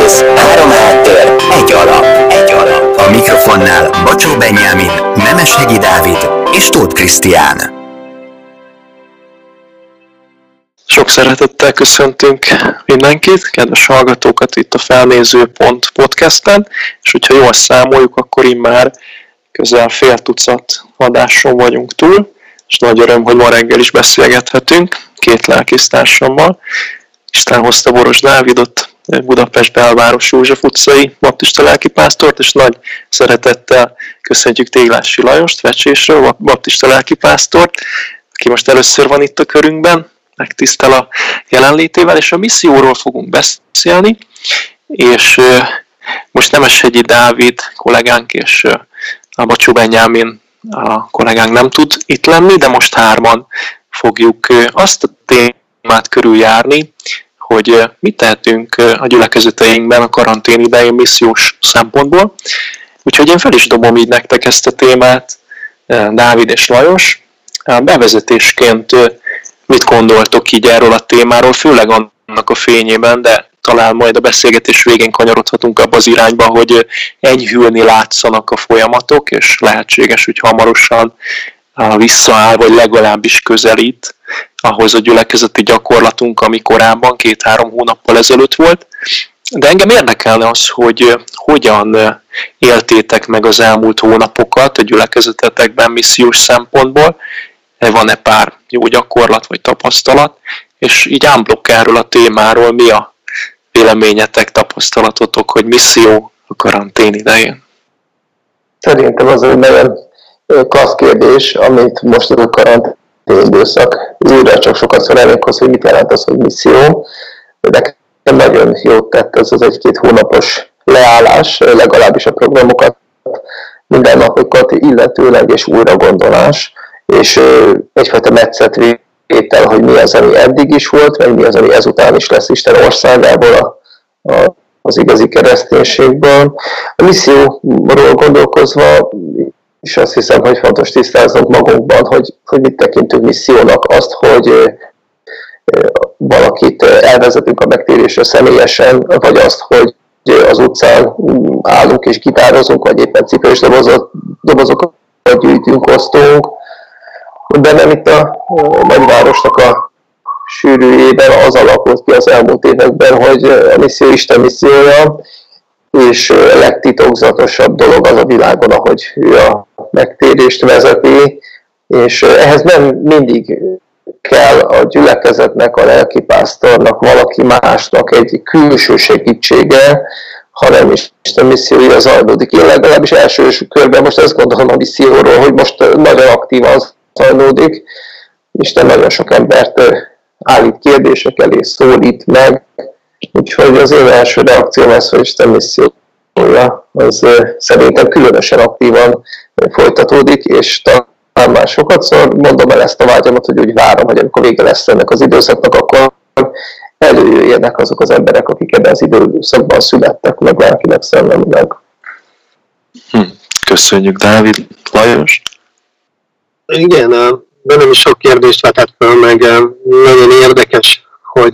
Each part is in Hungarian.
Ez 3 háttér, egy alap. A mikrofonnál Bacsó Benyámin, Nemeshegyi Dávid és Tóth Krisztián. Sok szeretettel köszöntünk mindenkit, kedves hallgatókat itt a Felnéző.pont podcasten, és hogyha jól számoljuk, akkor immár közel fél tucat adáson vagyunk túl, és nagy öröm, hogy ma reggel is beszélgethetünk két lelkésztársammal. Isten hozta Boros Dávidot, Budapest belváros József utcai baptista lelkipásztort, és nagy szeretettel köszöntjük Téglási Lajost, Vecsésről, baptista lelkipásztort, aki most először van itt a körünkben, megtisztel a jelenlétével, és a misszióról fogunk beszélni, és most Nemeshegyi Dávid kollégánk és a Bacsó Benyámin a kollégánk nem tud itt lenni, de most hárman fogjuk azt a témát körüljárni, hogy mit tehetünk a gyülekezeteinkben a karantén idején missziós szempontból. Úgyhogy én fel is dobom így nektek ezt a témát, Dávid és Lajos. Bevezetésként mit gondoltok így erről a témáról, főleg annak a fényében, de talán majd a beszélgetés végén kanyarodhatunk abba az irányba, hogy enyhülni látszanak a folyamatok, és lehetséges, hogy hamarosan visszaáll, vagy legalábbis közelít ahhoz a gyülekezeti gyakorlatunk, ami korábban 2-3 hónappal ezelőtt volt. De engem érdekelne az, hogy hogyan éltétek meg az elmúlt hónapokat a gyülekezetetekben missziós szempontból, van-e pár jó gyakorlat vagy tapasztalat, és így unblock erről a témáról mi a véleményetek, tapasztalatotok, hogy misszió a karantén idején? Szerintem az egy nagyon klassz kérdés, amit most a karantén időszak újra csak sokat szól elénkhoz, hogy mit jelent az, hogy misszió. De nagyon jót tett ez az 1-2 hónapos leállás, legalábbis a programokat, mindennapokat illetőleg és újra gondolás, és egyfajta metszetvétel, hogy mi az, ami eddig is volt, meg mi az, ami ezután is lesz Isten országából, az igazi kereszténységből. A misszióról gondolkozva, és azt hiszem, hogy fontos tisztáznunk magunkban, hogy mit tekintünk missziónak, azt, hogy valakit elvezetünk a megtérésre személyesen, vagy azt, hogy az utcán állunk és gitározunk, vagy éppen cipős dobozokat gyűjtünk, osztunk. De nem itt a nagyvárosnak a sűrűjében az alakult ki az elmúlt években, hogy a misszió Isten missziója, és a legtitokzatosabb dolog az a világon, ahogy ő a megtérést vezeti, és ehhez nem mindig kell a gyülekezetnek, a lelkipásztornak, valaki másnak egy külső segítsége, hanem Isten missziója zajlódik. Én legalábbis első körben most ezt gondolom a misszióról, hogy most nagyon aktívan zajlódik. Isten nagyon sok embert állít kérdések elé, szólít meg. Úgyhogy az én első reakcióm az, hogy Isten missziója az szerintem különösen aktívan folytatódik, és talán már sokat mondom el ezt a vágyamat, hogy úgy várom, hogy amikor vége lesz ennek az időszaknak, akkor előjöjjenek azok az emberek, akik ebben az időszakban születtek, meg lelkileg, szellemileg. Köszönjük, Dávid. Lajos? Igen, bennem is sok kérdést vetett fel, meg nagyon érdekes, hogy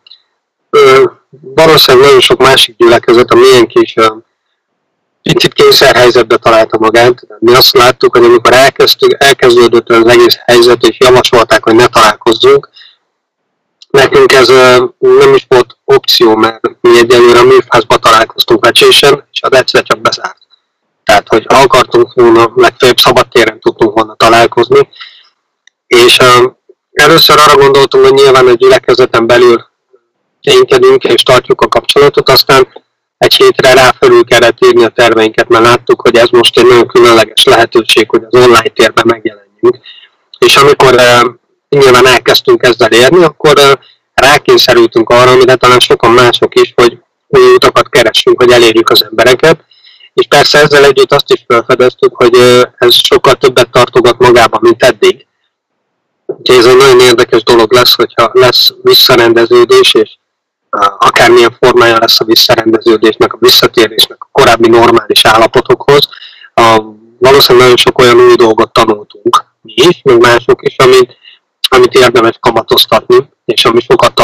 valószínűleg nagyon sok másik gyülekezet, a miénk is kicsit kényszerhelyzetbe találta magát. Mi azt láttuk, hogy amikor elkezdődött az egész helyzet, és javasolták, hogy ne találkozzunk, nekünk ez nem is volt opció, mert mi egyelőre a műfázba találkoztunk Vecsésen, és az egyszer csak bezárt. Tehát, hogy ha akartunk volna, legfeljebb szabadtéren tudtunk volna találkozni. És először arra gondoltunk, hogy nyilván egy gyülekezeten belül ténykedünk és tartjuk a kapcsolatot, aztán egy hétre rá felül kellett írni a terveinket, mert láttuk, hogy ez most egy nagyon különleges lehetőség, hogy az online térben megjelenjünk. És amikor nyilván elkezdtünk ezzel érni, akkor rákényszerültünk arra, amire talán sokan mások is, hogy új utakat keressünk, hogy elérjük az embereket. És persze ezzel együtt azt is felfedeztük, hogy ez sokkal többet tartogat magában, mint eddig. Úgyhogy ez egy nagyon érdekes dolog lesz, hogyha lesz visszarendeződés, és akármilyen formája lesz a visszarendeződésnek, a visszatérésnek a korábbi normális állapotokhoz. Valószínűleg nagyon sok olyan új dolgot tanultunk, mi is, meg mások is, amit érdemes kamatoztatni, és ami sokat tartogat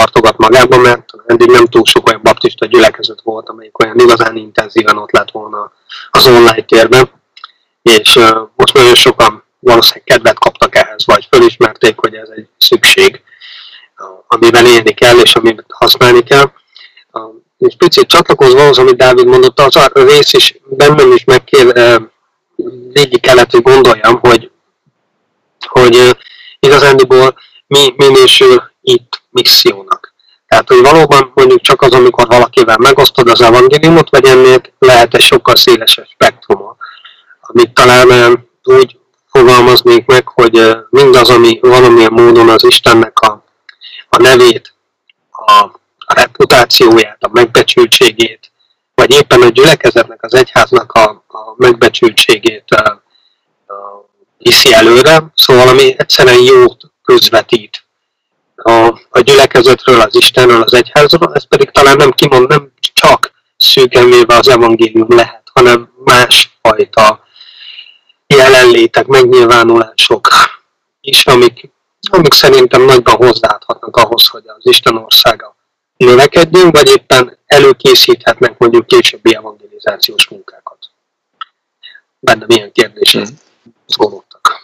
magában, mert eddig nem túl sok olyan baptista gyülekezet volt, amelyik olyan igazán intenzíven ott lett volna az online térben, és most nagyon sokan valószínűleg kedvet kaptak ehhez, vagy fölismerték, hogy ez egy szükség, amivel élni kell, és amit használni kell. És picit csatlakozva ahhoz, amit Dávid mondott, az a rész is bennem is végig kellett, hogy gondoljam, hogy igazándiból mi minősül itt missziónak. Tehát, hogy valóban mondjuk csak az, amikor valakivel megosztod az evangéliumot, vagy ennél lehet egy sokkal szélesebb spektruma, amit talán úgy fogalmaznék meg, hogy mindaz, ami valamilyen módon az Istennek a nevét, a reputációját, a megbecsültségét, vagy éppen a gyülekezetnek, az egyháznak a megbecsültségét viszi előre, szóval ami egyszerűen jót közvetít a gyülekezetről, az Istenről, az egyházról, ez pedig talán nem csak szűken véve az evangélium lehet, hanem másfajta jelenlétek, megnyilvánulások is, amik szerintem nagyban hozzáadhatnak ahhoz, hogy az Isten országa növekedjön, vagy éppen előkészíthetnek mondjuk későbbi evangelizációs munkákat. Bennem ilyen kérdések szólottak.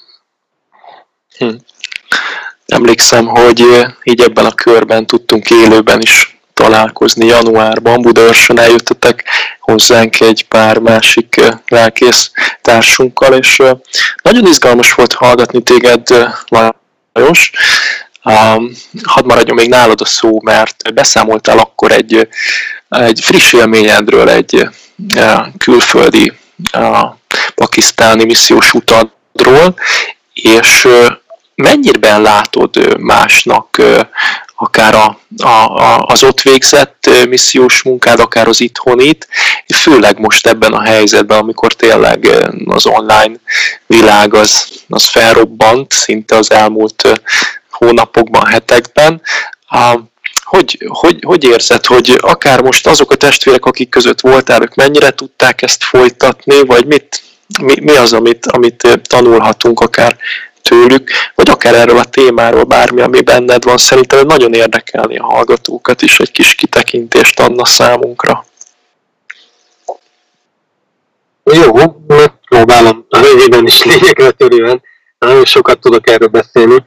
Emlékszem, hogy így ebben a körben tudtunk élőben is találkozni januárban. Budaörsön eljöttetek hozzánk egy pár másik lelkész társunkkal, és nagyon izgalmas volt hallgatni téged, Lajos. Hadd maradjon még nálad a szó, mert beszámoltál akkor egy friss élményedről, egy külföldi pakisztáni missziós utadról, és mennyire látod másnak akár az ott végzett missziós munkád, akár az itthonit, főleg most ebben a helyzetben, amikor tényleg az online világ az felrobbant szinte az elmúlt hónapokban, hetekben. Hogy érzed, hogy akár most azok a testvérek, akik között voltál, ők mennyire tudták ezt folytatni, vagy mi az, amit tanulhatunk akár tőlük, vagy akár erről a témáról bármi, ami benned van, szerintem nagyon érdekelni a hallgatókat is, egy kis kitekintést adna számunkra. Jó, próbálom a röviden is lényegre törően, nagyon sokat tudok erről beszélni.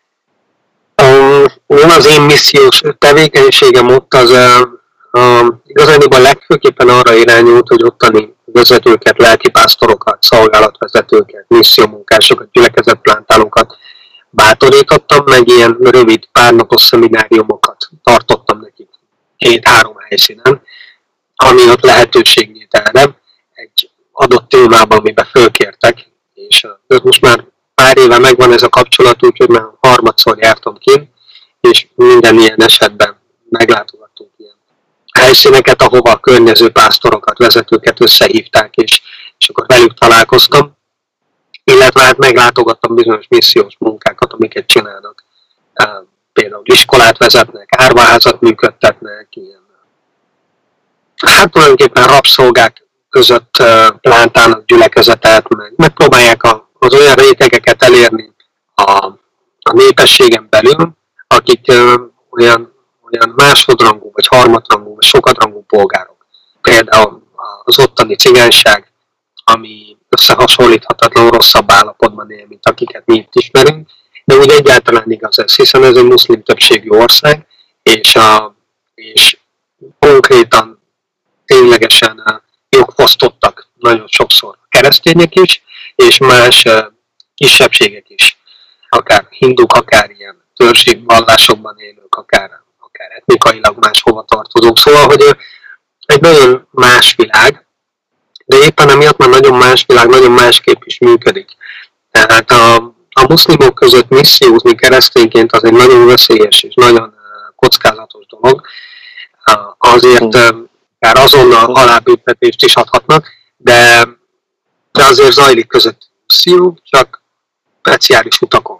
Az én missziós tevékenységem ott az igazából legfőképpen arra irányult, hogy ottani vezetőket, lelkipásztorokat, szolgálatvezetőket, missziómunkásokat, gyülekezetplántálókat bátorítottam, meg ilyen rövid párnapos szemináriumokat tartottam nekik 2-3 helyszínen, ami ott lehetőség nyílt erre egy adott témában, amiben fölkértek, és most már pár éve megvan ez a kapcsolat, úgyhogy már harmadszor jártam ki, és minden ilyen esetben meglátogattunk ilyen helyszíneket, ahova a környező pásztorokat, vezetőket összehívták, és akkor velük találkoztam, illetve hát meglátogattam bizonyos missziós munkákat, amiket csinálnak. Például iskolát vezetnek, árvaházat működtetnek, ilyen. Hát tulajdonképpen rabszolgák között plántálnak gyülekezetet, megpróbálják az olyan rétegeket elérni a népességen belül, akik olyan másodrangú, vagy harmadrangú, vagy sokadrangú polgárok. Például az ottani cigányság, ami összehasonlíthatatlan rosszabb állapotban él, mint akiket mi itt ismerünk, de úgy egyáltalán igaz ez, hiszen ez egy muszlim többségű ország, és konkrétan, ténylegesen jogfosztottak nagyon sokszor keresztények is, és más kisebbségek is, akár hinduk, akár ilyen törzsi vallásokban élők, akár etnikailag máshova tartozók. Szóval, hogy egy nagyon más világ, de éppen emiatt már nagyon más világ, nagyon másképp is működik. Tehát a muszlimok között missziózni keresztényként az egy nagyon veszélyes és nagyon kockázatos dolog. Azért akár azonnal halálbüntetést is adhatnak, de azért zajlik között misszió, csak speciális utakon.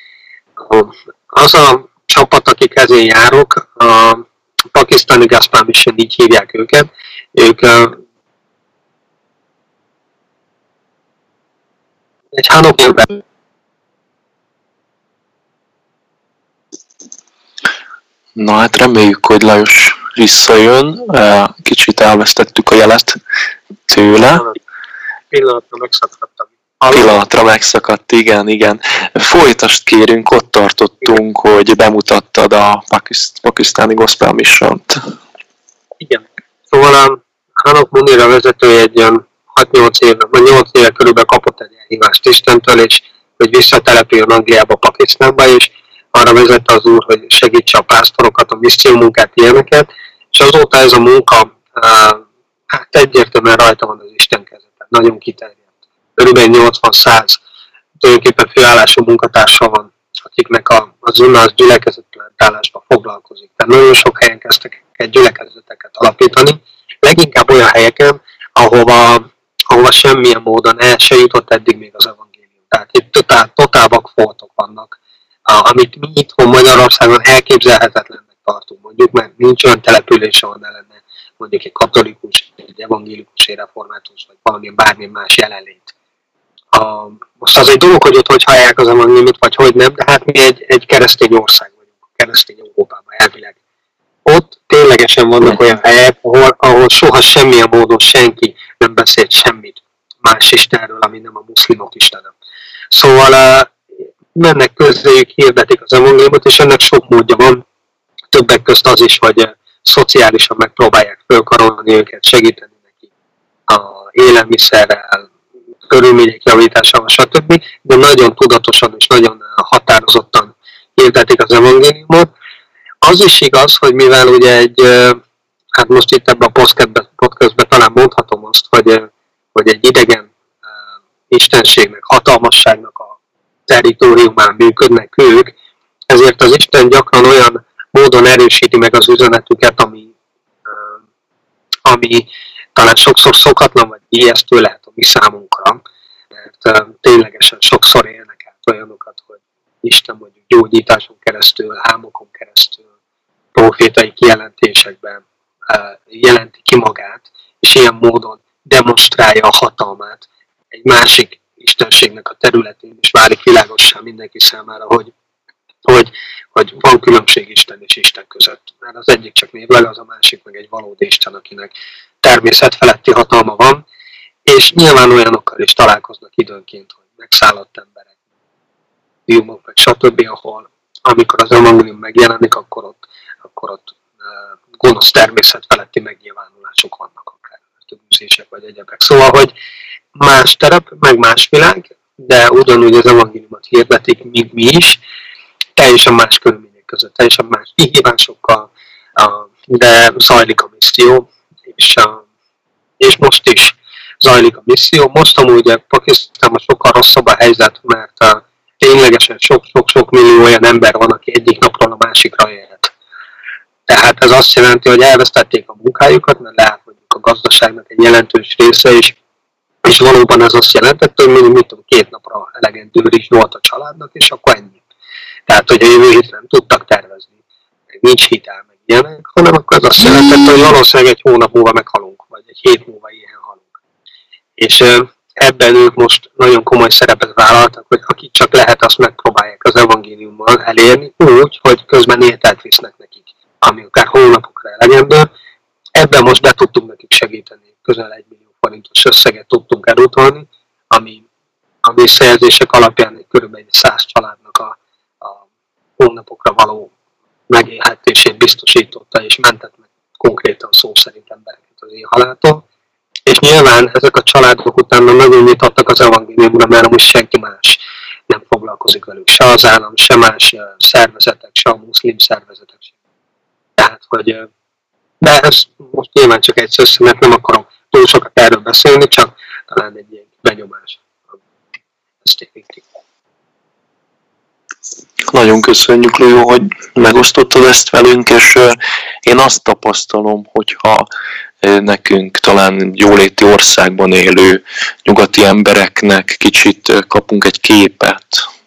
Az a csapat, akikhez én járok, a pakisztáni Gospel Mission, így hívják őket, ők egy Hanokérben. Na hát reméljük, hogy Lajos visszajön. Kicsit elvesztettük a jelet tőle. Pillanatra megszakadt, igen. Folytasd kérünk, ott tartottunk, hogy bemutattad a pakisztáni Gospel Mission-t. Igen. Szóval a Hanok Munira vezetője egy olyan 6-8 éve körülbelül kapott egy elhívást Istentől, és hogy visszatelepüljön Angliába, Pakisztánba, és arra vezette az Úr, hogy segítse a pásztorokat, a misszió munkát, ilyeneket, és azóta ez a munka hát egyértelműen rajta van az Isten kezében, nagyon kiterjedt. Körülbelül 80-100 tulajdonképpen főállású munkatársa van, akiknek az UNAS gyülekezetplantálásban foglalkozik. Tehát nagyon sok helyen kezdtek egy gyülekezeteket alapítani, leginkább olyan helyeken, ahova semmilyen módon el se jutott eddig még az evangélium. Tehát itt totál vakfoltok vannak, amit mi itthon Magyarországon elképzelhetetlennek tartunk, mondjuk, mert nincs olyan település, ahol ne lenne mondjuk egy katolikus, egy evangélikus, egy református, vagy bármilyen más jelenlét. Most az egy dolog, hogy ott hogy hallják az evangéliumot, vagy hogy nem, de hát mi egy keresztény ország vagyunk, keresztény Európában elvileg. Ott ténylegesen vannak olyan helyek, ahol soha semmilyen módon senki nem beszélt semmit más Istenről, ami nem a muszlimok istene. Szóval mennek közéjük, hirdetik az evangéliumot, és ennek sok módja van. Többek közt az is, hogy szociálisan megpróbálják fölkarolni őket, segíteni neki a élelmiszerrel, körülmények javításával, stb. De nagyon tudatosan és nagyon határozottan hirdetik az evangéliumot. Az is igaz, hogy mivel ugye hát most itt ebben a podcastben talán mondhatom azt, hogy egy idegen istenségnek, hatalmasságnak a territóriumán működnek ők, ezért az Isten gyakran olyan módon erősíti meg az üzenetüket, ami talán sokszor szokatlan vagy ijesztő lehet a mi számunkra, mert ténylegesen sokszor élnek át olyanokat, hogy Isten mondjuk gyógyításon keresztül, álmokon keresztül, profétai kijelentésekben jelenti ki magát, és ilyen módon demonstrálja a hatalmát egy másik istenségnek a területén, és válik világossá mindenki számára, hogy van különbség Isten és Isten között. Mert az egyik csak névleg, az a másik meg egy valódi Isten, akinek természetfeletti hatalma van, és nyilván olyanokkal is találkoznak időnként, hogy megszállott emberek, fiúmok, meg stb., ahol amikor az evangélium megjelenik, akkor ott gonosz természetfeletti megnyilvánulások vannak, akár tűzések vagy egyebek. Szóval, hogy más terep, meg más világ, de ugyanúgy az evangéliumot hirdetik, mint mi is, teljesen más körülmények között, teljesen más kihívásokkal, de zajlik a misszió, és most is zajlik a misszió. Most amúgy Pakisztánban sokkal rosszabb a helyzet, mert ténylegesen sok millió olyan ember van, aki egyik napról a másikra élhet. Tehát ez azt jelenti, hogy elvesztették a munkájukat, mert leállt mondjuk a gazdaságnak egy jelentős része is, és valóban ez azt jelentette, hogy mondjuk 2 napra elegendő rizs volt a családnak, és akkor ennyi. Tehát, hogy a jövő hétre nem tudtak tervezni, meg nincs hitel, meg ilyenek, hanem akkor ez azt jelentette, hogy valószínűleg egy hónap múlva meghalunk, vagy egy 7 múlva ilyen halunk. És ebben ők most nagyon komoly szerepet vállaltak, hogy akik csak lehet, azt megpróbálják az evangéliummal elérni, úgy, hogy közben ételt visznek nekik, ami akár hónapokra elegendő. Ebben most be tudtunk nekik segíteni, közel 1 millió forintos összeget tudtunk elutalni, ami a visszajelzések alapján kb. 100 családnak a hónapokra való megélhetését biztosította, és mentett meg konkrétan szó szerint embereket az éhhaláltól. És nyilván ezek a családok utána nagyon nyitottak az evangéliumra, mert amúgy senki más nem foglalkozik velük. Se az állam, se más szervezetek, se a muszlim szervezetek sem. Tehát, hogy de ez most nyilván csak egy szösszenet, nem akarok túl sokat erről beszélni, csak talán egy ilyen benyomás. Ezt érintik. Nagyon köszönjük, Lujó, hogy megosztottad ezt velünk, és én azt tapasztalom, hogyha nekünk talán jóléti országban élő nyugati embereknek kicsit kapunk egy képet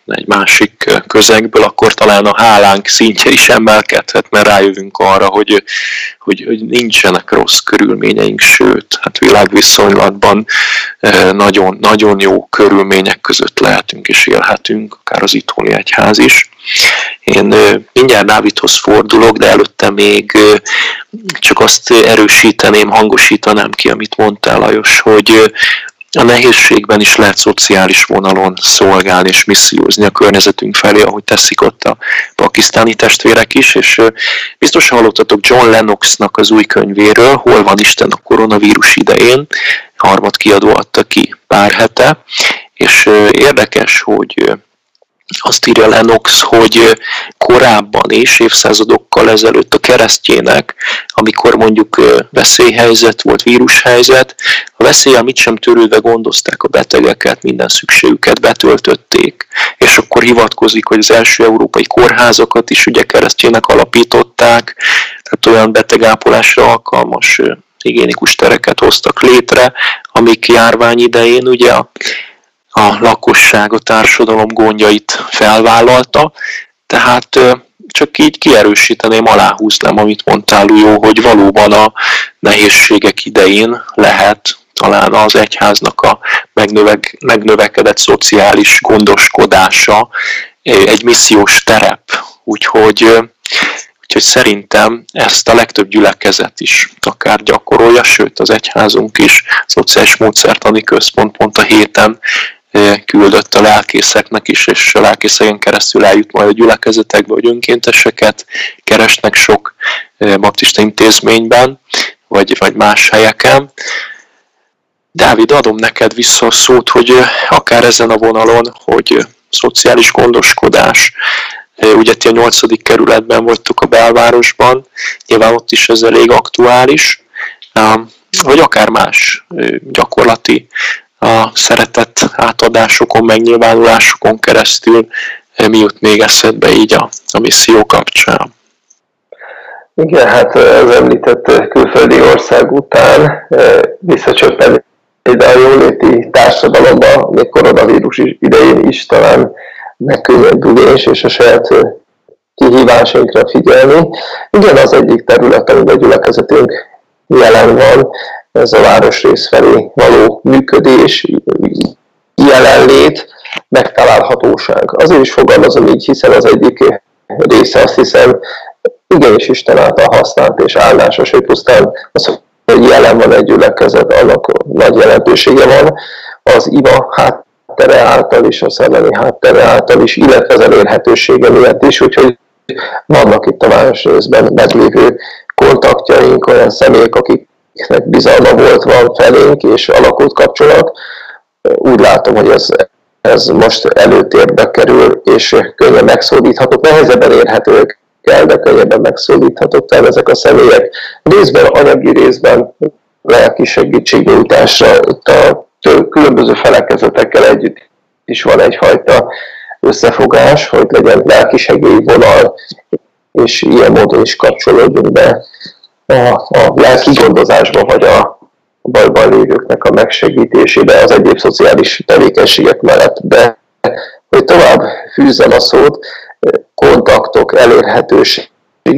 egy másik közegből, akkor talán a hálánk szintje is emelkedhet, mert rájövünk arra, hogy nincsenek rossz körülményeink, sőt, hát világviszonylatban nagyon, nagyon jó körülmények között lehetünk és élhetünk, akár az itthoni egyház is. Én mindjárt Dávidhoz fordulok, de előtte még csak azt erősíteném, hangosítanám ki, amit mondtál, Lajos, hogy a nehézségben is lehet szociális vonalon szolgálni és missziózni a környezetünk felé, ahogy teszik ott a pakisztáni testvérek is, és biztosan hallottatok John Lennoxnak az új könyvéről, Hol van Isten a koronavírus idején, harmadkiadó adta ki pár hete, és érdekes, hogy azt írja Lennox, hogy korábban is, évszázadokkal ezelőtt a keresztjének, amikor mondjuk veszélyhelyzet volt, vírushelyzet, a veszéllyel mit sem törődve gondozták a betegeket, minden szükségüket betöltötték. És akkor hivatkozik, hogy az első európai kórházakat is ugye keresztjének alapították, tehát olyan betegápolásra alkalmas higiénikus tereket hoztak létre, amik járvány idején ugye a lakosság, a társadalom gondjait felvállalta, tehát csak így kierősíteném, aláhúznám, amit mondtál, Ujó, hogy valóban a nehézségek idején lehet talán az egyháznak a megnövekedett szociális gondoskodása egy missziós terep, úgyhogy szerintem ezt a legtöbb gyülekezet is akár gyakorolja, sőt az egyházunk is, Szociális Módszertani Központ pont a héten küldött a lelkészeknek is, és a lelkészeken keresztül eljut majd a gyülekezetekbe, hogy önkénteseket keresnek sok baptista intézményben, vagy más helyeken. Dávid, adom neked vissza a szót, hogy akár ezen a vonalon, hogy szociális gondoskodás, ugye ti a 8. kerületben vagytok a belvárosban, nyilván ott is ez elég aktuális, vagy akár más gyakorlati a szeretet átadásokon, megnyilvánulásokon keresztül, mi jut még eszedbe így a misszió kapcsán? Igen, hát az említett külföldi ország után visszacsöppen ide a jóléti társadalomba, még koronavírus idején is talán megkönnyebbülés és a saját kihívásainkra figyelni. Igen, az egyik terület, amiben a gyülekezetünk jelen van, ez a városrész felé való működés, jelenlét, megtalálhatóság. Azért is fogalmazom így, hiszen az egyik része, azt hiszem, igenis Isten által használt és áldásos, hogy pusztán az, hogy jelen van egy gyülekezet, annak nagy jelentősége van, az ima háttere által is, a szellemi háttere által is, illetve az elérhetősége miatt is, úgyhogy vannak itt a városrészben meglévő kontaktjaink, olyan személyek, akiknek bizalma van felénk, és alakult kapcsolat. Úgy látom, hogy ez most előtérbe kerül, és könnyen megszólíthatók, nehezebben érhetők el, de könnyebben megszólíthatók el ezek a személyek. Részben anyagi, részben lelki segítségnyújtásra, a különböző felekezetekkel együtt is van egyfajta összefogás, hogy legyen lelki segélyvonal, és ilyen módon is kapcsolódjunk be a lelki gondozásba, vagy a bajban lévőknek a megsegítésébe az egyéb szociális tevékenységek mellett. De hogy tovább fűzzem a szót, kontaktok, elérhetőségek,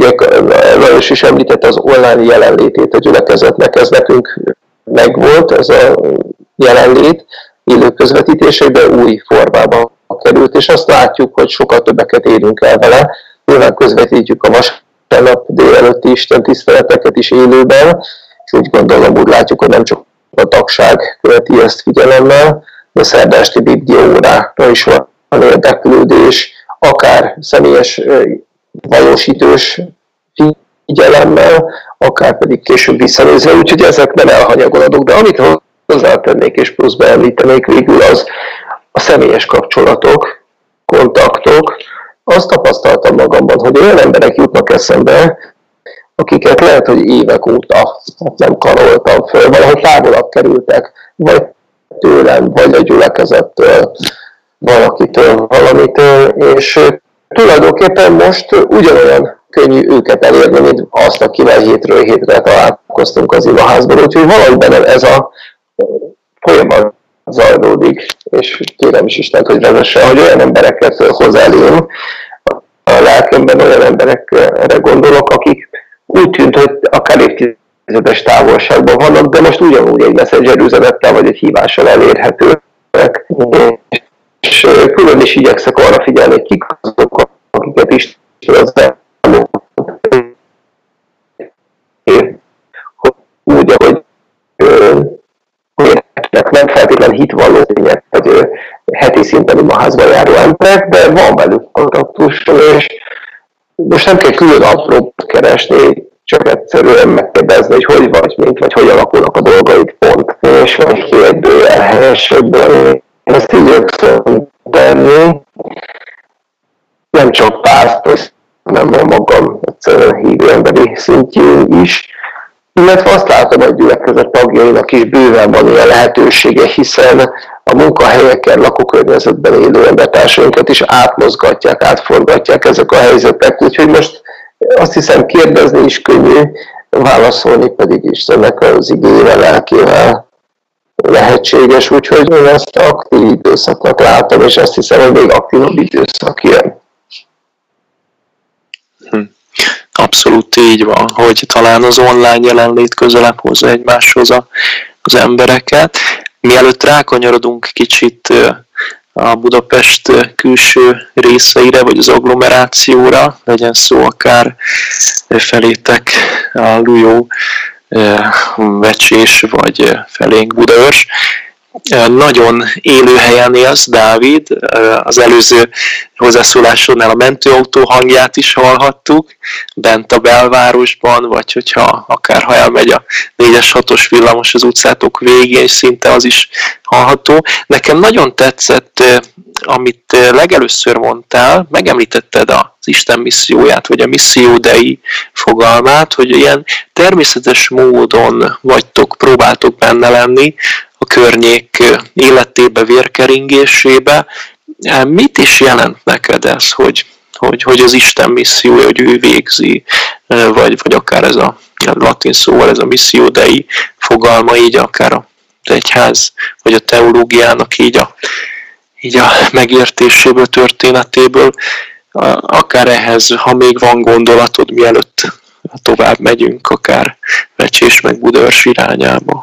Lajos is említette az online jelenlétét a gyülekezetnek, ez nekünk megvolt, ez a jelenlét élő közvetítésekben új formában került, és azt látjuk, hogy sokkal többeket érünk el vele. Nyilván közvetítjük a vasárnap délelőtti Isten tiszteleteket is élőben, és úgy gondolom, úgy látjuk, hogy nem csak a tagság követi ezt figyelemmel, de a szerda esti Biblia órára is van érdeklődés, akár személyes valósítős figyelemmel, akár pedig később visszanézve, úgyhogy ezek nem elhanyagoladok, de amit hozzátennék és pluszba említenék végül az a személyes kapcsolatok, kontaktok. Azt tapasztaltam magamban, hogy olyan emberek jutnak eszembe, akiket lehet, hogy évek óta nem karoltam föl, valahogy távolabb kerültek, vagy tőlem, vagy a gyülekezettől, valakitől, valamitől, és tulajdonképpen most ugyanolyan könnyű őket elérni, mint azt, akivel hétről hétre találkoztunk az imaházban, úgyhogy valahogy bennem ez a folyamat zajlódik, és kérem is Istent, hogy vezesse, hogy olyan embereket hoz elém a lelkemben, olyan emberekre gondolok, akik úgy tűnt, hogy akár évtizedes távolságban vannak, de most ugyanúgy egy messenger üzenettel vagy egy hívással elérhetőek. És külön is igyekszek arra figyelni, hogy kik azok, akiket Isten az elmúlt úgy, ahogy nem feltétlenül hitvalló tények, vagy heti szinten imaházba járó emberek, de van velük kontaktus, és most nem kell külön aprót keresni, csak egyszerűen megkérdezni, hogy vagy, mint, vagy hogy alakulnak a dolgaid pont. És most egy helyesebben ezt igyekszem tenni, nem csak pásztor, hanem a magam egyszerűen hívő emberi szintjén is. Illetve azt látom, hogy gyülekezet tagjainak is bőven van ilyen lehetősége, hiszen a munkahelyeken, lakókörnyezetben élő embertársainkat is átmozgatják, átforgatják ezek a helyzetek. Úgyhogy most azt hiszem kérdezni is könnyű, válaszolni pedig Istennek az igével, lelkével lehetséges. Úgyhogy én ezt aktív időszaknak látom, és azt hiszem, hogy még aktívabb időszak jön. Abszolút így van, hogy talán az online jelenlét közelebb hozza egymáshoz az embereket. Mielőtt rákanyarodunk kicsit a Budapest külső részeire, vagy az agglomerációra, legyen szó akár felétek a Lujó, Vecsés, vagy felénk Budaörs. Nagyon élő helyen élsz, Dávid, az előző hozzászólásodnál a mentőautó hangját is hallhattuk, bent a belvárosban, vagy hogyha akár ha elmegy a 4-es 6-os villamos az utcátok végén, és szinte az is hallható. Nekem nagyon tetszett, amit legelőször mondtál, megemlítetted az Isten misszióját, vagy a Missio Dei fogalmát, hogy ilyen természetes módon próbáltok benne lenni a környék életébe, vérkeringésébe. Mit is jelent neked ez, hogy az Isten missziója, hogy ő végzi, vagy akár ez a latin szóval, ez a Missio Dei fogalma, így akár az egyház, vagy a teológiának így a megértéséből, történetéből, akár ehhez, ha még van gondolatod, mielőtt tovább megyünk, akár Vecsés meg Budaörs irányába.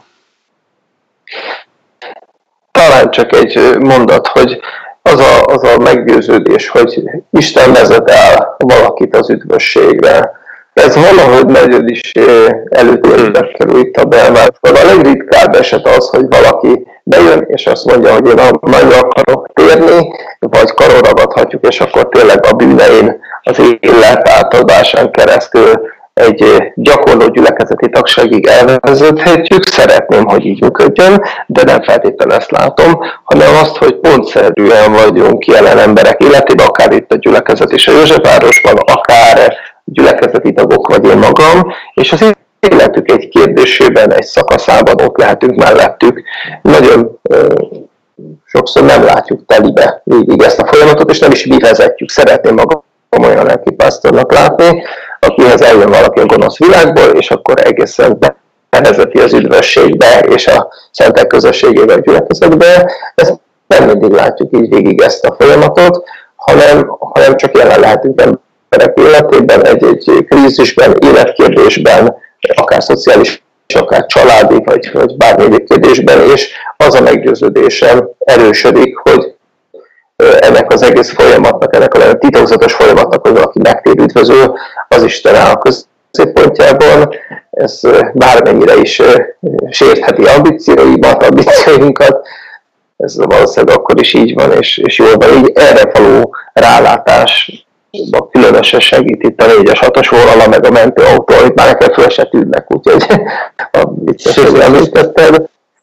Talán csak egy mondat, hogy az a meggyőződés, hogy Isten vezet el valakit az üdvösségre. Ez valahogy nagyon is előtérbe kerül itt a belvárosban. A legritkább eset az, hogy valaki bejön, és azt mondja, hogy én nagyon akarok térni, vagy karon ragadhatjuk, és akkor tényleg a bűnein az élet átadásán keresztül egy gyakorló gyülekezeti tagságig elvezethetjük, szeretném, hogy így működjön, de nem feltétlenül ezt látom, hanem azt, hogy pontszerűen vagyunk jelen emberek életében, akár itt a gyülekezet és a Józsefvárosban, akár gyülekezeti tagok vagy én magam, és az életük egy kérdésében, egy szakaszában ott lehetünk mellettük. Nagyon sokszor nem látjuk telibe végig ezt a folyamatot, és nem is mi vezetjük. Szeretném magam olyan lelkipásztornak látni, akihez eljön valaki a gonosz világból, és akkor egészen bevezeti az üdvösségbe és a szentek közösségébe, a gyülekezetbe. Ezt nem mindig látjuk így végig ezt a folyamatot, hanem csak jelen lehetünk emberek életében, egy krízisben, életkérdésben, akár szociális, akár családi, vagy bármilyen kérdésben, és az a meggyőződésem erősödik, hogy ennek az egész folyamatnak, ennek a titokzatos folyamatnak, hogy valaki megtér üdvözül, az Isten áll a középpontjában. Ez bármennyire is sértheti ambícióinkat, ez valószínűleg akkor is így van, és jól van. Így erre való rálátás különösen segít itt a 4-es 6-os vonala, meg a mentőautó, amit már nekem föl se tűnnek, úgyhogy a viccesről említetted.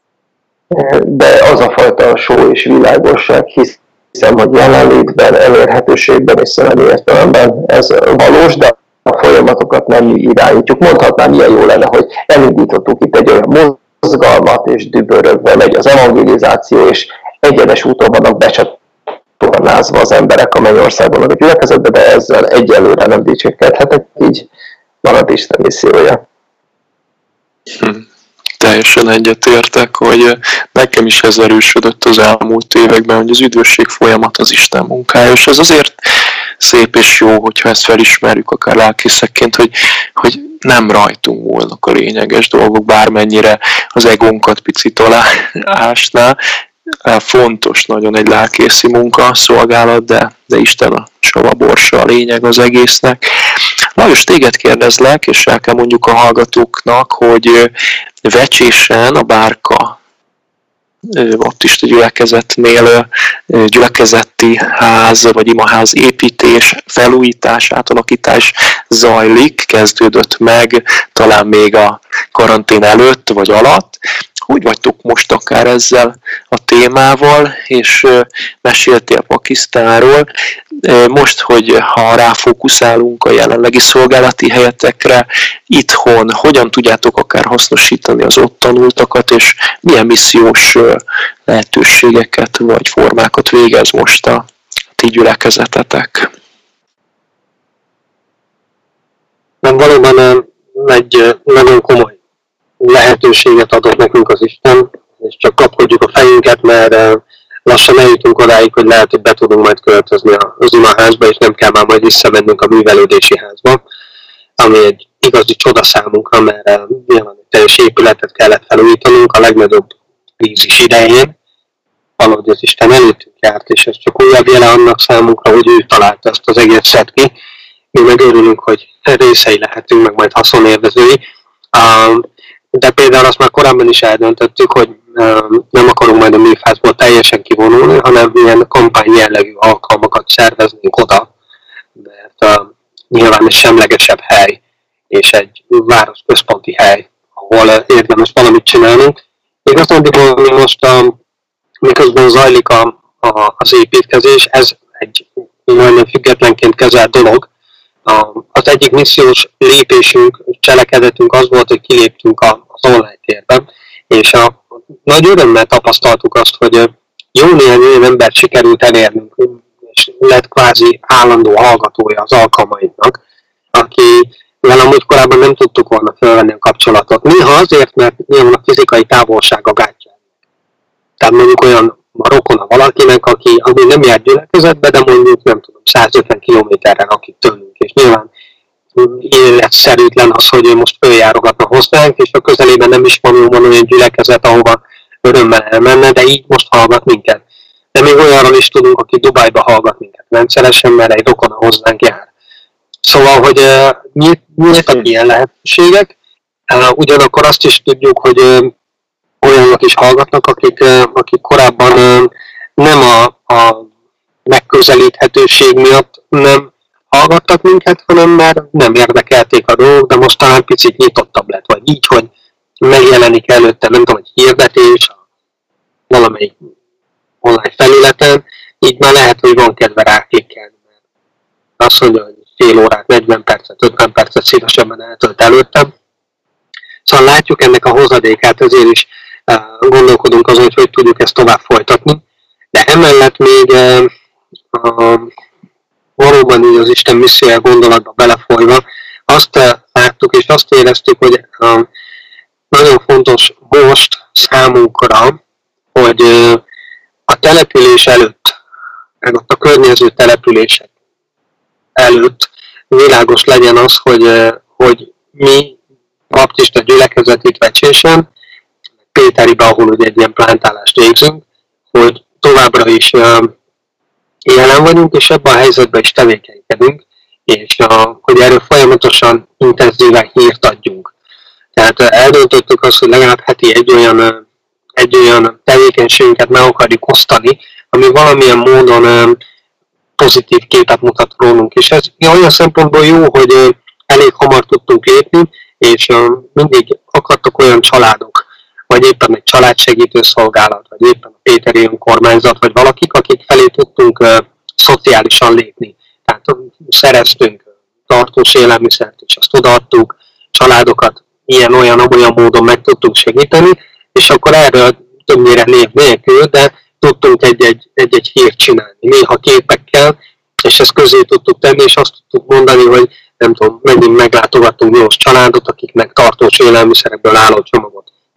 De az a fajta só és világosság, hiszem, hogy jelenlétben, elérhetőségben és szellemi értelemben ez valós, de a folyamatokat nem mi irányítjuk. Mondhatnám, milyen jó lenne, hogy elindítottuk itt egy olyan mozgalmat, és dübörögve megy az evangelizáció, és egyenes úton vannak becsatornázva az emberek a mennyországban, a gyülekezetbe, de ezzel egyelőre nem dicsékedhetek, így marad Isten missziója. Teljesen egyetértek, hogy nekem is ez erősödött az elmúlt években, hogy az üdvösség folyamat az Isten munkája, és ez azért szép és jó, hogyha ezt felismerjük akár lelkészekként, hogy nem rajtunk volnak a lényeges dolgok, bármennyire az egónkat picit aláásná. Fontos nagyon egy lelkészi munka, szolgálat, de Isten a savaborsa a lényeg az egésznek. Lajos, téged kérdezlek, és el kell mondjuk a hallgatóknak, hogy Vecsésen a Bárka baptista gyülekezetnél gyülekezeti ház vagy imaház építés, felújítás, átalakítás zajlik, kezdődött meg talán még a karantén előtt vagy alatt. Hogy vagytok most akár ezzel a témával, és meséltél Pakisztánról. Most, hogy ha ráfókuszálunk a jelenlegi szolgálati helyetekre, itthon hogyan tudjátok akár hasznosítani az ott tanultakat, és milyen missziós lehetőségeket vagy formákat végez most a ti gyülekezetetek? Nem, valóban egy nagyon komoly lehetőséget adott nekünk az Isten, és csak kapkodjuk a fejünket, mert lassan eljutunk odáig, hogy lehet, hogy be tudunk majd költözni az imaházba, és nem kell már majd visszamennünk a művelődési házba, ami egy igazi csoda számunkra, mert nyilván egy teljes épületet kellett felújítanunk a legnagyobb krízis idején, valahogy az Isten előttünk járt, és ez csak újabb jele annak számunkra, hogy ő találta ezt az egészet ki. Mi meg örülünk, hogy részei lehetünk, meg majd haszonélvezői. De például azt már korábban is eldöntöttük, hogy nem akarunk majd a műfázból teljesen kivonulni, hanem ilyen kampány jellegű alkalmakat szerveznénk oda, mert nyilván egy semlegesebb hely, és egy városközponti hely, ahol érdemes valamit csinálnunk. Igazándiból mi most, miközben zajlik az építkezés, ez egy nagyon függetlenként kezelt dolog. Az egyik missziós lépésünk, cselekedetünk az volt, hogy kiléptünk az online térben, és a nagy örömmel tapasztaltuk azt, hogy jó néhány olyan embert sikerült elérnünk, és lett kvázi állandó hallgatója az alkalmainknak, akivel amúgy korábban nem tudtuk volna felvenni a kapcsolatot. Néha azért, mert nyilván a fizikai távolság a gátja. Tehát mondjuk olyan rokona valakinek, aki nem jár gyülekezetbe, de mondjuk nem tudom, 150 kilométerre lakik tőlünk, és nyilván életszerűtlen az, hogy ő most följárogatna hozzánk, és a közelében nem is van olyan gyülekezet, ahova örömmel elmenne, de így most hallgat minket. De még olyanról is tudunk, aki Dubájba hallgat minket rendszeresen, mert egy rokona hozzánk jár. Szóval, hogy nyíltak ilyen lehetőségek, ugyanakkor azt is tudjuk, hogy olyanok is hallgatnak, akik korábban nem a megközelíthetőség miatt nem hallgattak minket, hanem mert nem érdekelték a dolgok, de most talán picit nyitottabb lett, vagy így, hogy megjelenik előtte, nem tudom, egy hirdetés valamelyik online felületen, így már lehet, hogy van kedve ráklikkelni, mert azt mondja, hogy fél órát, 40 percet, 50 percet szívesebben eltölt előttem. Szóval látjuk ennek a hozadékát, ezért is gondolkodunk azon, hogy tudjuk ezt tovább folytatni. De emellett még valóban így az Isten missziója gondolatba belefolyva, azt láttuk és azt éreztük, hogy nagyon fontos most számunkra, hogy a település előtt, meg ott a környező települések előtt világos legyen az, hogy mi baptista gyülekezet itt Vecsésen, Péteribe, ahol ugye egy ilyen plántálást végzünk, hogy továbbra is jelen vagyunk, és ebben a helyzetben is tevékenykedünk, és hogy erről folyamatosan intenzíven hírt adjunk. Tehát eldöntöttük azt, hogy legalább heti egy olyan tevékenységünket meg akarjuk osztani, ami valamilyen módon pozitív képet mutat rólunk. És ez olyan szempontból jó, hogy elég hamar tudtunk lépni, és mindig akadtak olyan családok, vagy éppen egy családsegítő szolgálat, vagy éppen a péteri önkormányzat, vagy valakik, akik felé tudtunk szociálisan lépni. Tehát szereztünk tartós élelmiszert, és azt odaadtuk, családokat ilyen-olyan módon meg tudtunk segíteni, és akkor erről többnyire név nélkül, de tudtunk egy hírt csinálni, néha képekkel, és ezt közé tudtuk tenni, és azt tudtuk mondani, hogy nem tudom, megint meglátogattunk 8 családot, akiknek tartós élelmiszerekből álló csomagot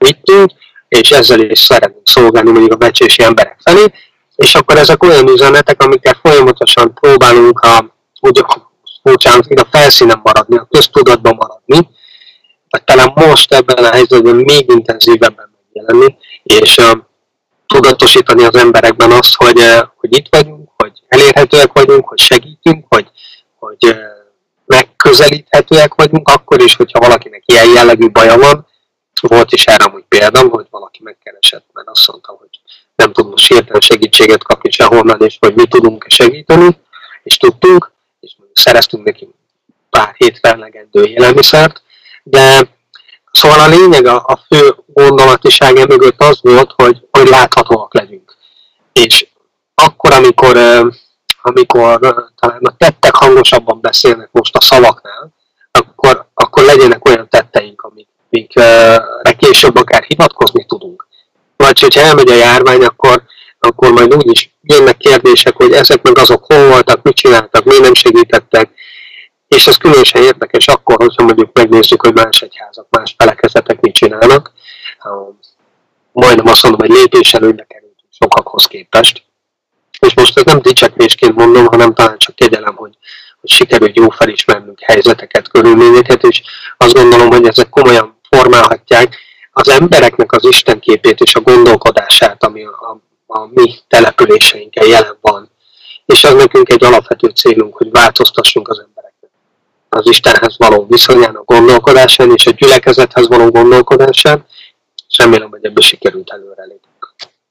vittünk, és ezzel is szeretnénk szolgálni mondjuk a becsési emberek felé, és akkor ezek olyan üzenetek, amikkel folyamatosan próbálunk a felszínen maradni, a köztudatban maradni, vagy talán most ebben a helyzetben még intenzívebben megjelenni, és tudatosítani az emberekben azt, hogy itt vagyunk, hogy elérhetőek vagyunk, hogy segítünk, hogy megközelíthetőek vagyunk, akkor is, hogyha valakinek ilyen jellegű baja van. Volt is erre amúgy példám, hogy valaki megkeresett, mert azt mondta, hogy nem tud most hirtelen segítséget kapni sehonnan, és hogy mi tudunk segíteni, és tudtunk, és szereztünk neki pár hét fellegendő élelmiszert, de szóval a lényeg, a fő gondolatisága mögött az volt, hogy láthatóak legyünk. És akkor, amikor talán a tettek hangosabban beszélnek most a szavaknál, akkor legyenek olyan tetteink, amikre később akár hivatkozni tudunk. Vagy hogyha elmegy a járvány, akkor majd úgyis jönnek kérdések, hogy ezek meg azok hol voltak, mit csináltak, miért nem segítettek. És ez különösen érdekes akkor, hogyha mondjuk megnézzük, hogy más egyházak, más felekezetek mit csinálnak. Majdnem azt mondom, hogy lépés előnyre kerültünk sokakhoz képest. És most ez nem dicsekvésként mondom, hanem talán csak kegyelem, hogy sikerült jó felismernünk helyzeteket, körülményeket, és azt gondolom, hogy ezek komolyan formálhatják az embereknek az istenképét és a gondolkodását, ami a mi településeinken jelen van. És az nekünk egy alapvető célunk, hogy változtassunk az embereknek az Istenhez való viszonyán, a gondolkodásán és a gyülekezethez való gondolkodásán, és remélem, hogy ebből sikerült előrelépnünk.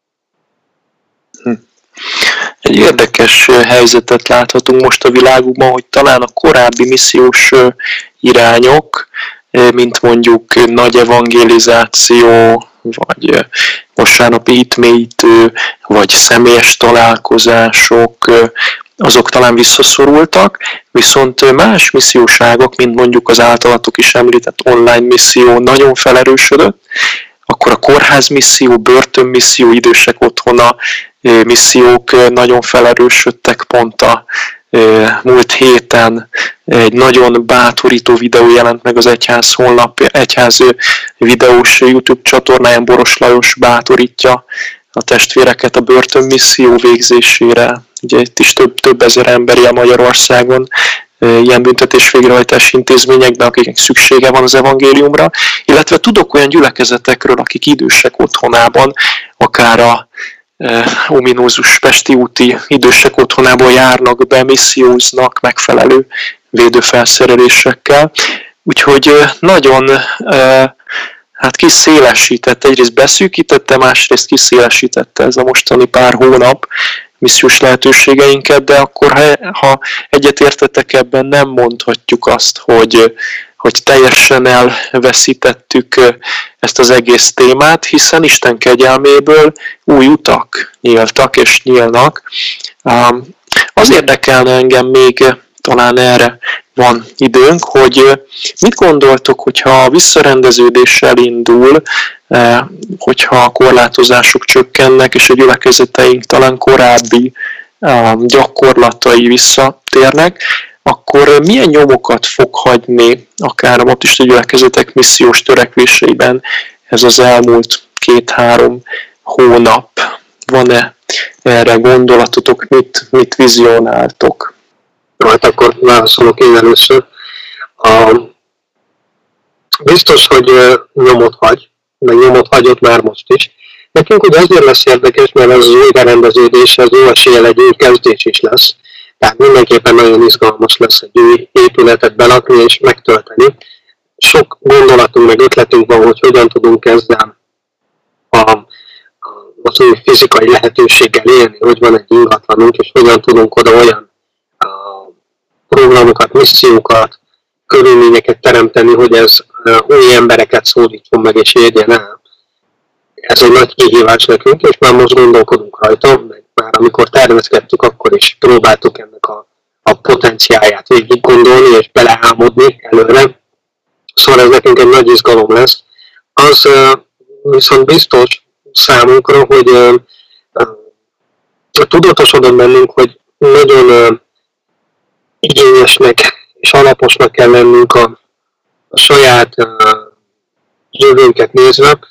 Egy érdekes helyzetet láthatunk most a világunkban, hogy talán a korábbi missziós irányok, mint mondjuk nagy evangelizáció, vagy vasárnapi hitmélyítő, vagy személyes találkozások, azok talán visszaszorultak, viszont más misszióságok, mint mondjuk az általatok is említett online misszió nagyon felerősödött, akkor a kórház misszió, börtönmisszió, idősek otthona missziók nagyon felerősödtek. Pont a múlt héten egy nagyon bátorító videó jelent meg az egyház videós YouTube csatornáján. Boros Lajos bátorítja a testvéreket a börtönmisszió végzésére. Ugye itt is több ezer ember él Magyarországon ilyen büntetés végrehajtási intézményekben, akiknek szüksége van az evangéliumra, illetve tudok olyan gyülekezetekről, akik idősek otthonában, akár a ominózus Pesti úti idősek otthonában járnak be, misszióznak megfelelő védőfelszerelésekkel. Úgyhogy nagyon kiszélesítette, egyrészt beszűkítette, másrészt kiszélesítette ez a mostani pár hónap missziós lehetőségeinket, de akkor, ha egyetértetek ebben, nem mondhatjuk azt, hogy teljesen elveszítettük ezt az egész témát, hiszen Isten kegyelméből új utak nyíltak és nyílnak. Az érdekelne engem még, talán erre van időnk, hogy mit gondoltok, hogyha a visszarendeződéssel indul, hogyha a korlátozások csökkennek, és a gyülekezeteink talán korábbi gyakorlatai visszatérnek, akkor milyen nyomokat fog hagyni akár a baptista gyülekezetek missziós törekvéseiben ez az elmúlt 2-3 hónap? Van-e erre gondolatotok, mit vizionáltok? Hát akkor válaszolok én először. Biztos, hogy nyomot hagy, meg nyomot hagyott már most is. Nekünk ugye azért lesz érdekes, mert ez az új berendeződés, ez jó eséllyel egy új kezdés is lesz. Tehát mindenképpen nagyon izgalmas lesz egy új épületet belakni és megtölteni. Sok gondolatunk, meg ötletünk van, hogy hogyan tudunk ezzel az új fizikai lehetőséggel élni, hogy van egy ingatlanunk, és hogyan tudunk oda olyan programokat, missziókat, körülményeket teremteni, hogy ez új embereket szólítson meg és érjen el. Ez egy nagy kihívás nekünk, és már most gondolkodunk rajta, meg már amikor tervezkedtük, akkor is próbáltuk ennek a potenciáját végig gondolni és beleálmodni előre. Szóval ez nekünk egy nagy izgalom lesz. Az viszont biztos számunkra, hogy tudatosodott bennünk, hogy nagyon igényesnek és alaposnak kell lennünk a saját jövőnket nézve,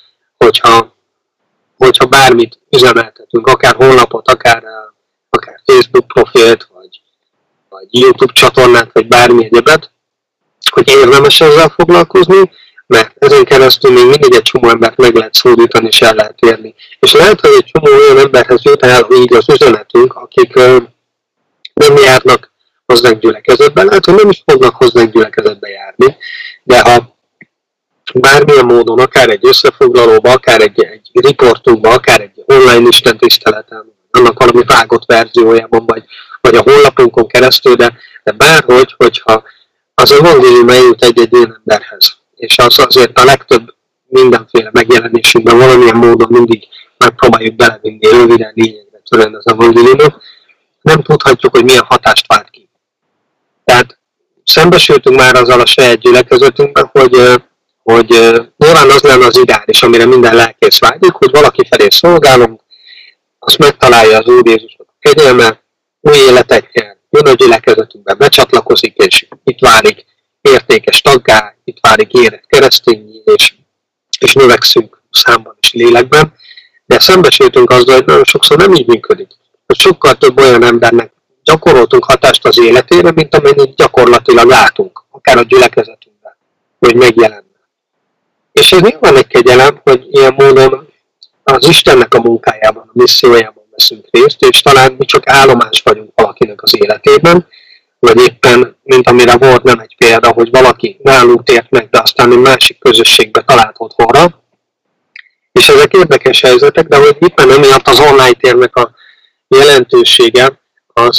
hogyha bármit üzemeltetünk, akár honlapot, akár Facebook profilt, vagy YouTube csatornát, vagy bármi egyebet, hogy érdemes ezzel foglalkozni, mert ezen keresztül még mindig egy csomó embert meg lehet szólítani, és el lehet érni. És lehet, hogy egy csomó olyan emberhez jut el így az üzenetünk, akik nem járnak hozzánk gyülekezetben, lehet, hogy nem is fognak hozzánk gyülekezetbe járni, de ha bármilyen módon, akár egy összefoglalóba, akár egy riportunkba, akár egy online istentiszteleten, annak valami vágott verziójában, vagy a honlapunkon keresztül, de bárhogy, hogyha az evangélium eljut egy-egy ilyen emberhez, és az azért a legtöbb mindenféle megjelenésünkben valamilyen módon mindig megpróbáljuk belevinni röviden, lényegre törően az evangéliumot, nem tudhatjuk, hogy milyen hatást vált ki. Tehát szembesültünk már azzal a saját gyülekezetünkben, hogy nyilván az lenne az ideális, amire minden lelkész vágyik, hogy valaki felé szolgálunk, azt megtalálja az Úr Jézusnak a kegyelme, új életet nyer, jön a gyülekezetünkbe, becsatlakozik, és itt válik értékes taggá, itt válik érett keresztényi, és növekszünk számban és lélekben, de szembesültünk azzal, hogy nagyon sokszor nem így működik. Hogy sokkal több olyan embernek gyakoroltunk hatást az életére, mint amennyit gyakorlatilag látunk, akár a gyülekezetünkben, hogy megjelenne. És ez nyilván egy kegyelem, hogy ilyen módon az Istennek a munkájában, a missziójában veszünk részt, és talán mi csak állomás vagyunk valakinek az életében, vagy éppen, mint amire volt nem egy példa, hogy valaki nálunk tért meg, de aztán egy másik közösségbe talált otthonra. És ezek érdekes helyzetek, de hogy éppen emiatt az online térnek a jelentősége, az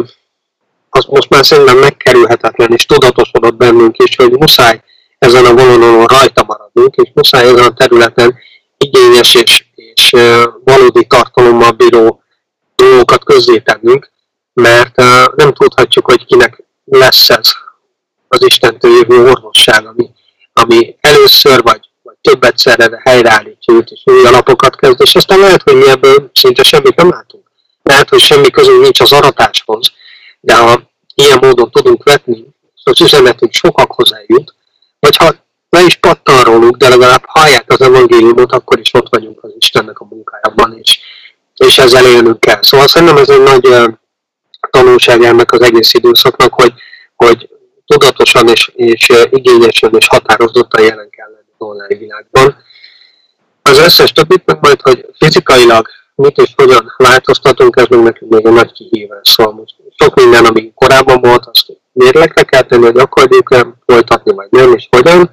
most már szerintem megkerülhetetlen, és tudatosodott bennünk is, hogy muszáj ezen a vonalon rajta maradnunk, és muszáj ezen a területen igényes és valódi tartalommal bíró dolgokat közzétennünk, mert nem tudhatjuk, hogy kinek lesz ez az Istentől jövő orvosság, ami először vagy több egyszerre helyreállítja őt, és új alapokat kezd, és aztán lehet, hogy mi ebből szinte semmit nem látunk. Lehet, hogy semmi közünk nincs az aratáshoz, de ha ilyen módon tudunk vetni, az üzenetünk sokakhoz eljut, vagy ha le is pattan róluk, de legalább hallják az evangéliumot, akkor is ott vagyunk az Istennek a munkájában, és ezzel élnünk kell. Szóval szerintem ez egy nagy tanulság ennek az egész időszaknak, hogy tudatosan és igényesen és határozottan jelen kell lenni az online világban. Az összes többit meg majd, hogy fizikailag mit és hogyan változtatunk, ez meg nekünk még egy nagy kihívás. Szóval most sok minden, ami korábban volt, azt mérlegre kell tenni, hogy akarjuk-e folytatni, vagy nem, és hogyan.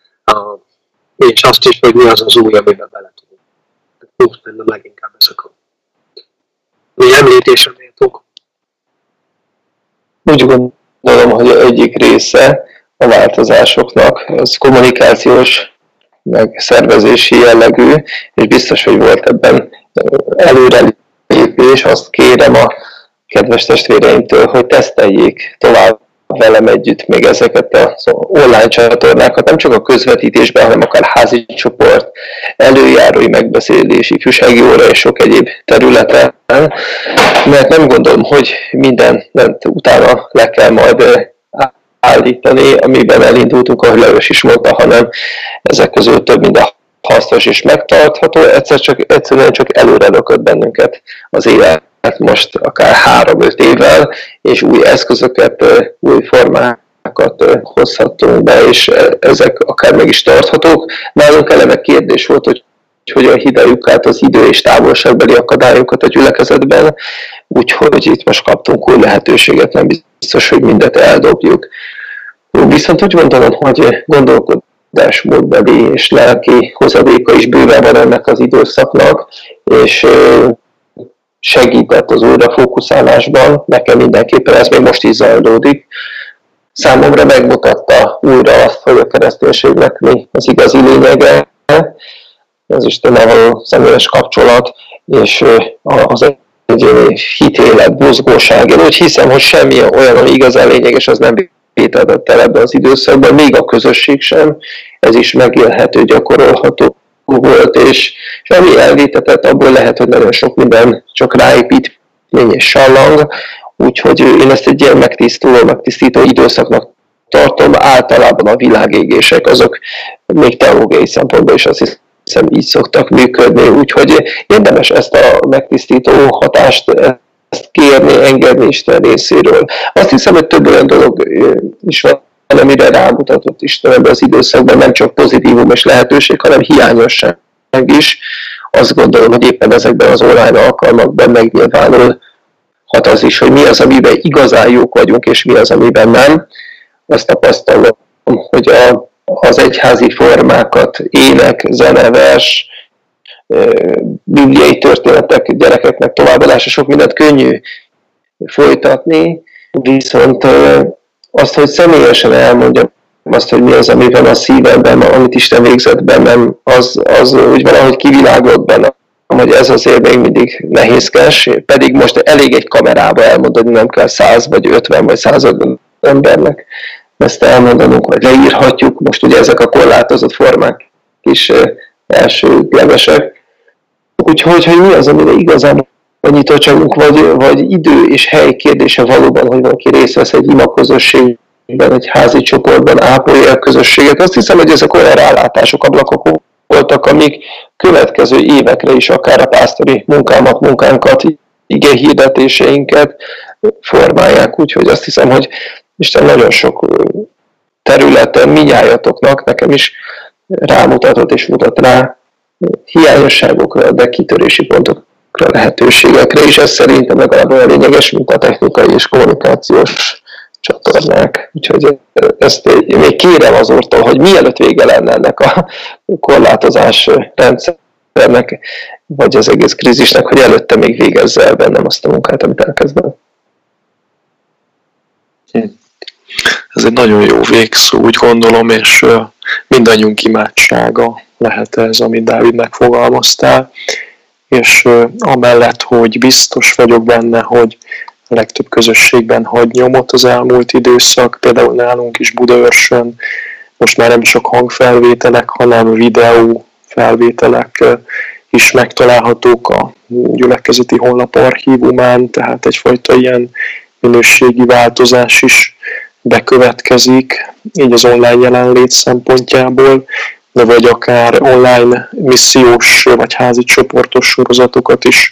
És azt is, hogy mi az az új, amiben bele tudunk. Úgy bennem leginkább ezek a mi említésre méltók. Úgy gondolom, hogy egyik része a változásoknak az kommunikációs, meg szervezési jellegű, és biztos, hogy volt ebben előrelépés. Azt kérem a kedves testvéreimtől, hogy teszteljék tovább velem együtt még ezeket az online csatornákat, nem csak a közvetítésben, hanem akár házi csoport, előjárói megbeszélés, ifjúsági óra és sok egyéb területen, mert nem gondolom, hogy mindent utána le kell majd állítani, amiben elindultunk, ahogy Lajos is mondta, hanem ezek közül több minden hasznos és megtartható, egyszerűen csak előre lökött bennünket az élet most akár 3-5 évvel, és új eszközöket, új formákat hozhatunk be, és ezek akár meg is tarthatók. Nálunk eleve kérdés volt, hogy hogyan hidaljuk át az idő és távolságbeli akadályokat a gyülekezetben, úgyhogy itt most kaptunk új lehetőséget, nem biztos, hogy mindet eldobjuk. Viszont úgy gondolom, hogy gondolkodásmódbeli és lelki hozadéka is bőven van ennek az időszaknak, és segített az újrafókuszálásban, nekem mindenképpen ez még most is zajlódik. Számomra megmutatta újra azt, hogy a kereszténységnek mi az igazi lényege, az Istennel való személyes kapcsolat, és az egyéni hitélet, buzgóság. Én úgy hiszem, hogy semmi olyan, ami igazán lényeges, az nem vétetett el ebben az időszakban, még a közösség sem, ez is megélhető, gyakorolható volt, és ami elvétetett, abból lehet, hogy nagyon sok minden csak ráépítmény és sallang, úgyhogy én ezt egy ilyen megtisztító időszaknak tartom. Általában a világégések azok még teológiai szempontból is azt hiszem így szoktak működni, úgyhogy érdemes ezt a megtisztító hatást ezt kérni, engedni Isten részéről. Azt hiszem, hogy több olyan dolog is van, amire rámutatott Isten ebben az időszakban, nem csak pozitívum és lehetőség, hanem hiányosság is. Azt gondolom, hogy éppen ezekben az online alkalmakban megnyilvánulhat az is, hogy mi az, amiben igazán jók vagyunk, és mi az, amiben nem. Azt tapasztalom, hogy az egyházi formákat, ének, zene, vers, bibliai történetek, gyerekeknek továbbadása, sok mindent könnyű folytatni, viszont azt, hogy személyesen elmondjam azt, hogy mi az, amiben a szívemben, amit Isten végzett bennem, az úgy valahogy kiviláglott bennem, hogy ez azért még mindig nehézkes, pedig most elég egy kamerába elmondani, nem kell 100 vagy 50 vagy 150 embernek ezt elmondanunk, vagy leírhatjuk. Most ugye ezek a korlátozott formák is elsődlegesek. Úgyhogy hogy mi az, amire igazán a nyitottságunk, vagy idő és hely kérdése valóban, hogy valaki részt vesz egy imaközösségben, egy házi csoportban, ápolja a közösséget. Azt hiszem, hogy ezek olyan rálátások, ablakok voltak, amik következő évekre is akár a pásztori munkánkat, ige hirdetéseinket formálják. Úgyhogy azt hiszem, hogy Isten nagyon sok területen minnyájatoknak, nekem is rámutatott és mutat rá hiányosságokra, de kitörési pontokra, lehetőségekre, és ez szerintem legalább olyan lényeges, mint a technikai és kommunikációs csatornák. Úgyhogy ezt még kérem az Úrtól, hogy mielőtt vége lenne ennek a korlátozás rendszernek, vagy az egész krízisnek, hogy előtte még végezze el bennem azt a munkát, amit elkezdem. Ez egy nagyon jó végszó, úgy gondolom, és mindannyiunk imádsága lehet ez, amit Dávid megfogalmaztál, és amellett, hogy biztos vagyok benne, hogy a legtöbb közösségben hagy nyomot az elmúlt időszak, például nálunk is Budaörsön, most már nem csak hangfelvételek, hanem videó felvételek is megtalálhatók a gyülekezeti honlap archívumán, tehát egyfajta ilyen minőségi változás is bekövetkezik, így az online jelenlét szempontjából, de vagy akár online missziós vagy házi csoportos sorozatokat is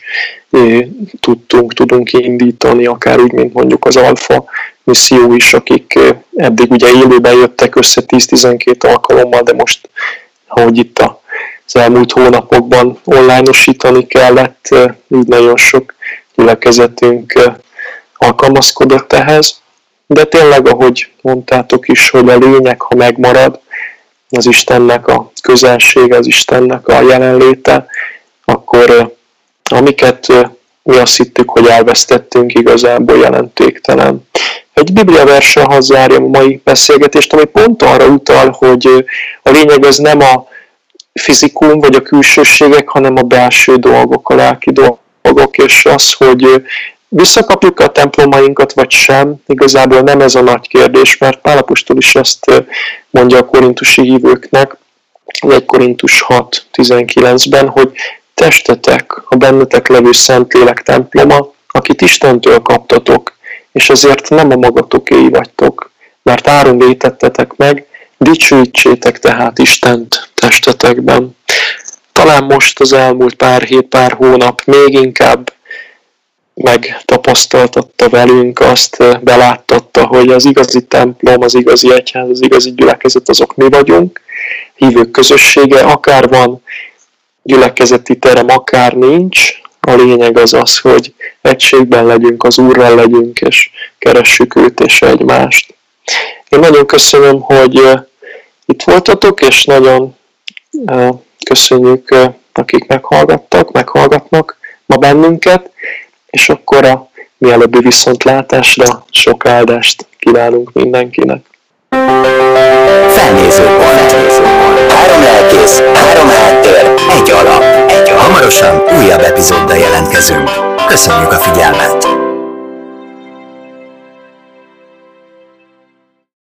tudunk indítani, akár úgy, mint mondjuk az Alfa misszió is, akik eddig ugye élőben jöttek össze 10-12 alkalommal, de most, ahogy itt az elmúlt hónapokban online-osítani kellett, így nagyon sok gyülekezetünk alkalmazkodott ehhez. De tényleg, ahogy mondtátok is, hogy a lényeg, ha megmarad, az Istennek a közelsége, az Istennek a jelenléte, akkor amiket mi azt hittük, hogy elvesztettünk, igazából jelentéktelen. Egy bibliaverssel hadd zárjam a mai beszélgetést, ami pont arra utal, hogy a lényeg az nem a fizikum vagy a külsőségek, hanem a belső dolgok, a lelki dolgok, és az, hogy visszakapjuk a templomainkat, vagy sem, igazából nem ez a nagy kérdés, mert Pál apostol is azt mondja a korintusi hívőknek, 1 Korintus 6.19-ben, hogy testetek, a bennetek levő Szentlélek temploma, akit Istentől kaptatok, és ezért nem a magatokéi vagytok, mert áron vétettetek meg, dicsőítsétek tehát Istent testetekben. Talán most az elmúlt pár hét, pár hónap még inkább megtapasztaltatta velünk, azt beláttatta, hogy az igazi templom, az igazi egyház, az igazi gyülekezet azok mi vagyunk, hívők közössége, akár van gyülekezeti terem, akár nincs, a lényeg az, hogy egységben legyünk, az Úrral legyünk, és keressük őt és egymást. Én nagyon köszönöm, hogy itt voltatok, és nagyon köszönjük, akik meghallgatnak ma bennünket, és akkor a mielőbbi viszontlátásra sok áldást kívánunk mindenkinek. Felnézőpont. 3 lelkész, 3 háttér, 1 alap. Hamarosan újabb epizóddal jelentkezünk. Köszönjük a figyelmet!